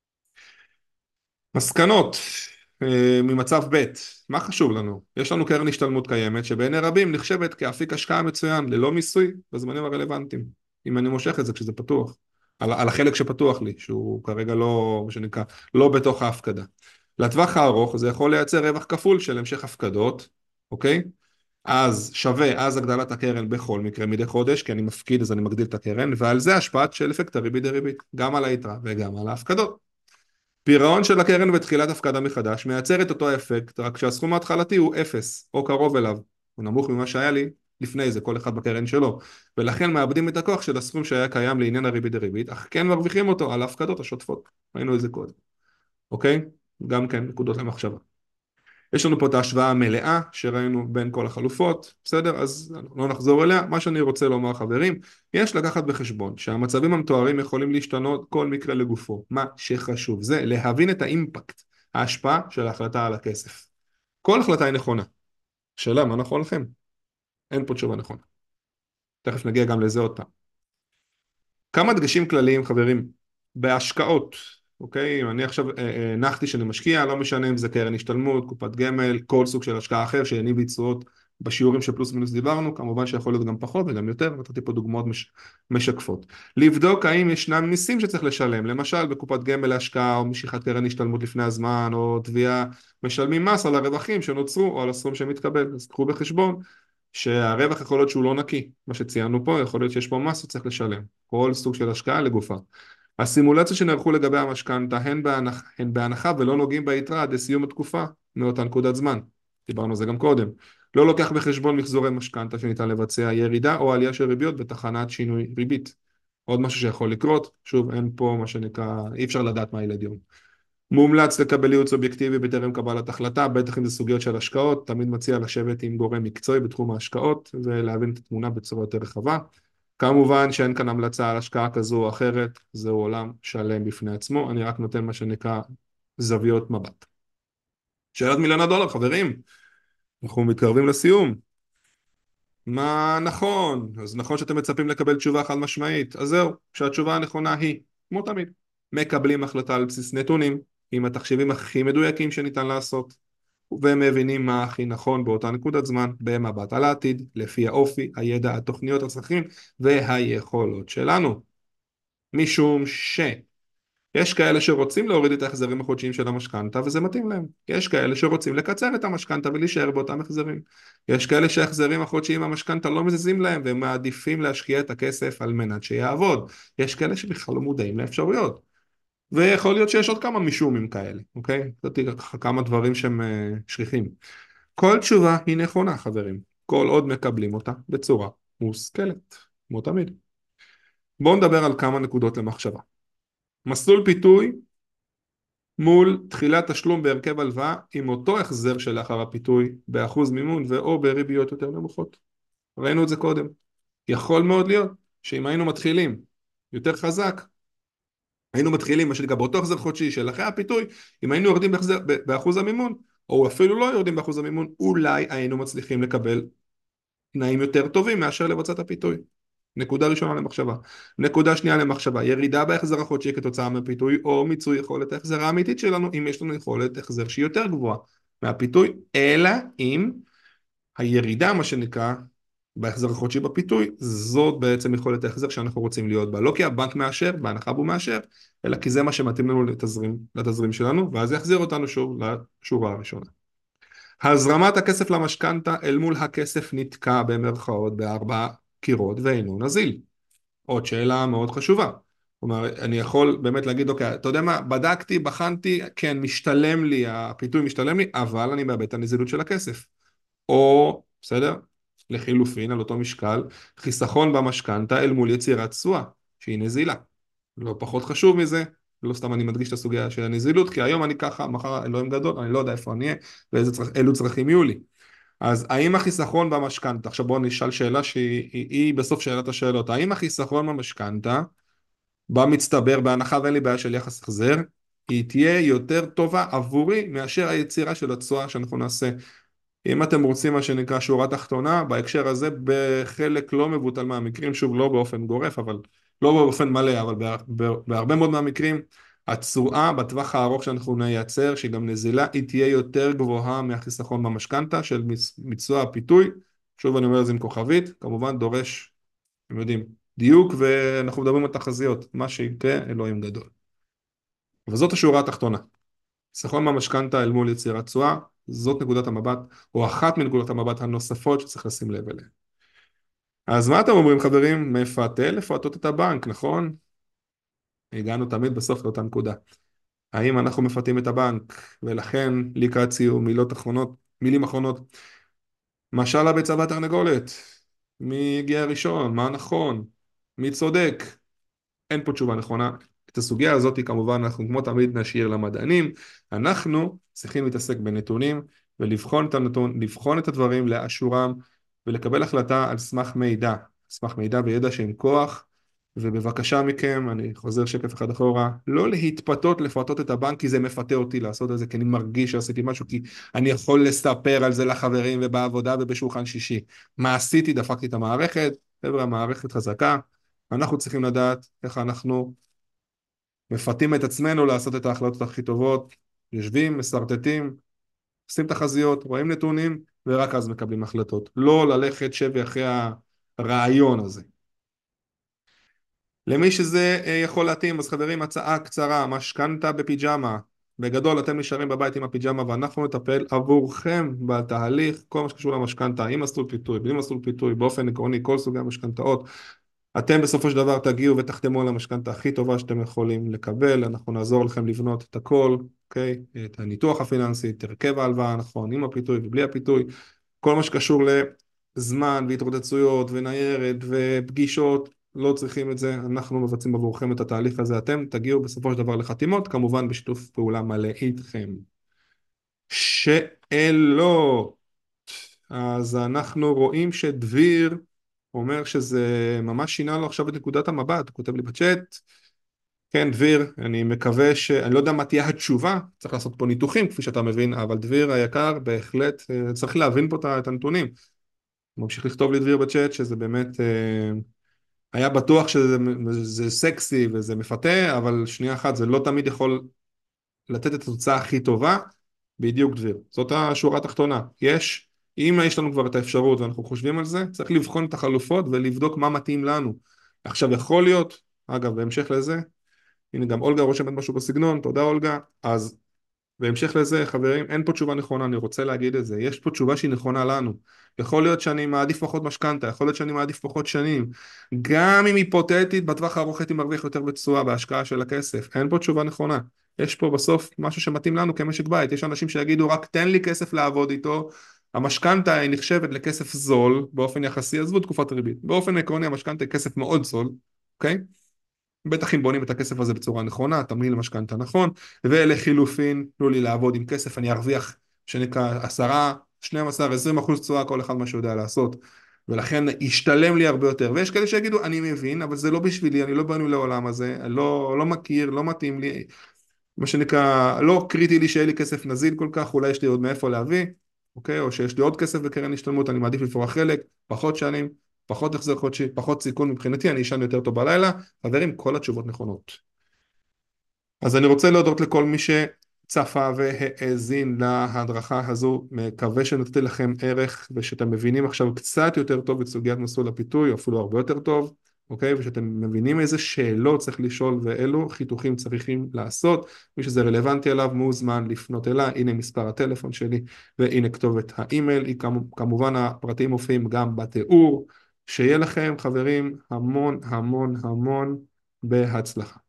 A: מסקנות ממצב ב', מה חשוב לנו? יש לנו קרן השתלמות קיימת שבעיני רבים נחשבת כאפיק השקעה מצוין ללא מיסוי בזמנים הרלוונטיים, אם אני מושך את זה כשזה פתוח, על החלק שפתוח לי, שהוא כרגע לא, מה שנקרא, לא בתוך ההפקדה. לטווח הארוך זה יכול לייצר רווח כפול של המשך הפקדות, אוקיי? אז שווה, אז הגדלת הקרן בכל מקרה מדי חודש, כי אני מפקיד אז אני מגדיל את הקרן, ועל זה השפעת של אפקט הריבית דריבית, גם על היתרה וגם על ההפקדות. פירעון של הקרן בתחילת הפקדה מחדש מייצר את אותו אפקט, רק שהסכום ההתחלתי הוא אפס, או קרוב אליו. הוא נמוך ממה שהיה לי לפני זה, כל אחד בקרן שלו. ולכן מאבדים את הכוח של הסכום שהיה קיים לעניין הריבית דריבית, אך כן מרוויחים אותו על ההפקדות השוטפות. ראינו את זה קודם, אוקיי? גם כן נקודות למחשבה. יש לנו פה את ההשוואה המלאה שראינו בין כל החלופות, בסדר? אז לא נחזור אליה. מה שאני רוצה לומר, חברים, יש לקחת בחשבון שהמצבים המתוארים יכולים להשתנות כל מקרה לגופו. מה שחשוב זה להבין את האימפקט, ההשפעה של ההחלטה על הכסף. כל החלטה היא נכונה. שאלה, מה נכון לכם? אין פה תשובה נכונה. תכף נגיע גם לזה עוד פעם. כמה דגשים כלליים, חברים, בהשקעות, אוקיי? אם אני עכשיו הנחתי שאני משקיע, לא משנה אם זה קרן השתלמות, קופת גמל, כל סוג של השקעה אחר שיניב יתשואות בשיעורים של פלוס מינוס דיברנו, כמובן שיכול להיות גם פחות וגם יותר, נתתי פה דוגמאות משקפות. לבדוק האם ישנם מיסים שצריך לשלם, למשל בקופת גמל להשקעה או משיכת קרן השתלמות לפני הזמן, או תביעה, משלמים מס על הרווחים שנוצרו או על הסכום שמתקבל, אז קחו בחשבון שהרווח יכול להיות שהוא לא נקי, מה שציינו פה, יכול להיות שיש פה מס שצריך לשלם, כל סוג של השקעה לגופה. הסימולציה שנערכו לגבי המשכנתא הן בהנחה ולא נוגעים ביתרה עד לסיום התקופה מאותה נקודת זמן, דיברנו על זה גם קודם, לא לוקח בחשבון מחזורי משכנתא שניתן לבצע ירידה או עלייה של ריביות בתחנת שינוי ריבית. עוד משהו שיכול לקרות, שוב אין פה מה שנקרא, אי אפשר לדעת מה ילד יום. מומלץ לקבל ייעוץ אובייקטיבי בטרם קבלת החלטה, בטח אם זה סוגיות של השקעות, תמיד מציע לשבת עם גורם מקצועי בתחום ההשקעות ולהבין את התמונה בצורה יותר רחבה. כמובן שאין כאן המלצה על השקעה כזו או אחרת, זהו עולם שלם בפני עצמו, אני רק נותן מה שנקרא זוויות מבט. שאלת מיליון הדולר, חברים, אנחנו מתקרבים לסיום. מה נכון? אז נכון שאתם מצפים לקבל תשובה חד משמעית, אז זהו, שהתשובה הנכונה היא, כמו תמיד, מקבלים החלטה על בסיס נתונים, עם התחשיבים הכי מדויקים שניתן לעשות, והם מבינים מה הכי נכון באותה נקודת זמן, במבט על העתיד, לפי האופי, הידע, התוכניות, הצרכים והיכולות שלנו. משום יש כאלה שרוצים להוריד את ההחזרים החודשיים של המשכנתא וזה מתאים להם. יש כאלה שרוצים לקצר את המשכנתא ולהישאר באותם החזרים. יש כאלה שההחזרים החודשיים המשכנתא לא מזיזים להם והם מעדיפים להשקיע את הכסף על מנת שיעבוד. יש כאלה שבכלל לא מודעים לאפשרויות. ויכול להיות שיש עוד כמה מישומים כאלה, אוקיי? נתתי לך כמה דברים שהם שכיחים. כל תשובה היא נכונה, חברים. כל עוד מקבלים אותה בצורה מושכלת, כמו תמיד. בואו נדבר על כמה נקודות למחשבה. מסלול פיתוי מול תחילת תשלום בהרכב הלוואה עם אותו החזר שלאחר הפיתוי באחוז מימון ואו בריביות יותר נמוכות. ראינו את זה קודם. יכול מאוד להיות שאם היינו מתחילים יותר חזק, היינו מתחילים מה שנקרא באותו החזר חודשי של אחרי הפיתוי, אם היינו יורדים באחוז המימון, או אפילו לא יורדים באחוז המימון, אולי היינו מצליחים לקבל תנאים יותר טובים מאשר לבצע את הפיתוי. נקודה ראשונה למחשבה. נקודה שנייה למחשבה, ירידה בהחזר החודשי כתוצאה מהפיתוי או מיצוי יכולת ההחזר האמיתית שלנו אם יש לנו יכולת החזר שהיא יותר גבוהה מהפיתוי, אלא אם הירידה מה שנקרא בהחזר החודשי בפיתוי, זאת בעצם יכולת ההחזר שאנחנו רוצים להיות בה, לא כי הבנק מאשר, בהנחה בו מאשר, אלא כי זה מה שמתאים לנו לתזרים שלנו, ואז יחזיר אותנו שוב לשורה הראשונה. הזרמת הכסף למשכנתא אל מול הכסף נתקע במרכאות בארבע קירות ואינו נזיל. עוד שאלה מאוד חשובה. כלומר, אני יכול באמת להגיד, אוקיי, אתה יודע מה, בדקתי, בחנתי, כן, משתלם לי, הפיתוי משתלם לי, אבל אני מאבד את הנזילות של הכסף. או, בסדר, לחילופין, על אותו משקל, חיסכון במשכנתא אל מול יצירת תשואה, שהיא נזילה. לא פחות חשוב מזה, לא סתם אני מדגיש את הסוגיה של הנזילות, כי היום אני ככה, מחר אלוהים גדול, אני לא יודע איפה אני אהיה, ואילו צרכים יהיו לי. אז האם החיסכון במשכנתא, עכשיו בואו נשאל שאלה שהיא בסוף שאלת השאלות, האם החיסכון במשכנתא, במצטבר, בהנחה ואין לי בעיה של יחס החזר, היא תהיה יותר טובה עבורי מאשר היצירה של התשואה שאנחנו נעשה. אם אתם רוצים מה שנקרא שורה תחתונה, בהקשר הזה בחלק לא מבוטל מהמקרים, שוב לא באופן גורף, אבל לא באופן מלא, אבל בהרבה מאוד מהמקרים, התשואה בטווח הארוך שאנחנו נייצר, שהיא גם נזילה, היא תהיה יותר גבוהה מהחיסכון במשכנתא של מיצוע הפיתוי. שוב אני אומר את זה עם כוכבית, כמובן דורש, אתם יודעים, דיוק, ואנחנו מדברים על תחזיות, מה שיקרה אלוהים גדול. וזאת השורה התחתונה. חיסכון במשכנתא אל מול יצירת תשואה, זאת נקודת המבט, או אחת מנקודות המבט הנוספות שצריך לשים לב אליהן. אז מה אתם אומרים חברים? לפתות את הבנק, נכון? הגענו תמיד בסוף לאותה נקודה. האם אנחנו מפתים את הבנק? ולכן לקראת סיום, מילים אחרונות. משל הביצה והתרנגולת. מי הגיע ראשון? מה נכון? מי צודק? אין פה תשובה נכונה. את הסוגיה הזאת כמובן אנחנו כמו תמיד נשאיר למדענים. אנחנו צריכים להתעסק בנתונים ולבחון את הנתון, לבחון את הדברים לאשורם ולקבל החלטה על סמך מידע, על סמך מידע וידע שהם כוח. ובבקשה מכם, אני חוזר שקף אחד אחורה, לא להתפתות לפתות את הבנק כי זה מפתה אותי לעשות את זה, כי אני מרגיש שעשיתי משהו, כי אני יכול לספר על זה לחברים ובעבודה ובשולחן שישי. מה עשיתי? דפקתי את המערכת, חבר'ה, המערכת חזקה, אנחנו צריכים לדעת איך אנחנו מפתים את עצמנו לעשות את ההחלטות הכי טובות, יושבים, מסרטטים, עושים תחזיות, רואים נתונים, ורק אז מקבלים החלטות. לא ללכת שבי אחרי הרעיון הזה. למי שזה יכול להתאים, אז חברים, הצעה קצרה, משכנתה בפיג'מה. בגדול אתם נשארים בבית עם הפיג'מה ואנחנו נטפל עבורכם בתהליך, כל מה שקשור למשכנתה, עם מסלול פיתוי, בלי מסלול פיתוי, באופן עקרוני, כל סוגי המשכנתאות. אתם בסופו של דבר תגיעו ותחתמו על המשכנתה הכי טובה שאתם יכולים לקבל, אנחנו נעזור לכם לבנות את הכל, אוקיי? את הניתוח הפיננסי, את הרכב ההלוואה הנכון, עם הפיתוי ובלי הפיתוי, כל מה שקשור לזמן והתרוצצויות וניירת ופגישות, לא צריכים את זה, אנחנו מבצעים עבורכם את התהליך הזה, אתם תגיעו בסופו של דבר לחתימות, כמובן בשיתוף פעולה מלא איתכם. שאלות. אז אנחנו רואים שדביר אומר שזה ממש שינה לו עכשיו את נקודת המבט, הוא כותב לי בצ'אט, כן דביר, אני מקווה אני לא יודע מה תהיה התשובה, צריך לעשות פה ניתוחים כפי שאתה מבין, אבל דביר היקר בהחלט צריך להבין פה את הנתונים. הוא ממשיך לכתוב לי דביר בצ'אט שזה באמת היה בטוח שזה סקסי וזה מפתה, אבל שנייה אחת זה לא תמיד יכול לתת את התוצאה הכי טובה, בדיוק דביר. זאת השורה התחתונה. אם יש לנו כבר את האפשרות ואנחנו חושבים על זה, צריך לבחון את החלופות ולבדוק מה מתאים לנו. עכשיו יכול להיות, אגב, בהמשך לזה, הנה גם אולגה רושמת משהו בסגנון, תודה אולגה, אז בהמשך לזה, חברים, אין פה תשובה נכונה, אני רוצה להגיד את זה, יש פה תשובה שהיא נכונה לנו. יכול להיות שאני מעדיף פחות משכנתה, יכול להיות שאני מעדיף פחות שנים, גם אם היפותטית, בטווח הארוך הייתי מרוויח יותר בתשואה בהשקעה של הכסף, אין פה תשובה נכונה. יש פה בסוף משהו שמתאים לנו כמשק בית, יש אנשים שיגידו רק תן לי כסף לעבוד איתו, המשכנתה היא נחשבת לכסף זול באופן יחסי, עזבו תקופת ריבית, באופן עקרוני המשכנתה היא כסף מאוד זול, אוקיי? בטח אם בונים את הכסף הזה בצורה נכונה, תמהיל משכנתה נכון, ולחילופין, תנו לי לעבוד עם כסף, אני ארוויח שנקרא 10, 12, 20% תשואה, כל אחד מה שיודע לעשות, ולכן ישתלם לי הרבה יותר, ויש כאלה שיגידו, אני מבין, אבל זה לא בשבילי, אני לא בנוי לעולם הזה, לא מכיר, לא מתאים לי, מה שנקרא, לא קריטי לי שיהיה לי כסף נזיל כל כך, אולי יש לי עוד מאיפה להביא, אוקיי? או שיש לי עוד כסף בקרן השתלמות, אני מעדיף לפרוע חלק, פחות שנים, פחות החזר חודשי, פחות סיכון מבחינתי, אני אשן יותר טוב בלילה. חברים, כל התשובות נכונות. אז אני רוצה להודות לכל מי שצפה והאזין להדרכה הזו, מקווה שנתתי לכם ערך ושאתם מבינים עכשיו קצת יותר טוב את סוגיית מסלול הפיתוי, או אפילו הרבה יותר טוב, אוקיי? ושאתם מבינים איזה שאלות צריך לשאול ואילו חיתוכים צריכים לעשות, מי שזה רלוונטי אליו מוזמן לפנות אליי, הנה מספר הטלפון שלי והנה כתובת האימייל, כמובן הפרטים מופיעים גם בתיאור, שיהיה לכם חברים המון המון המון בהצלחה.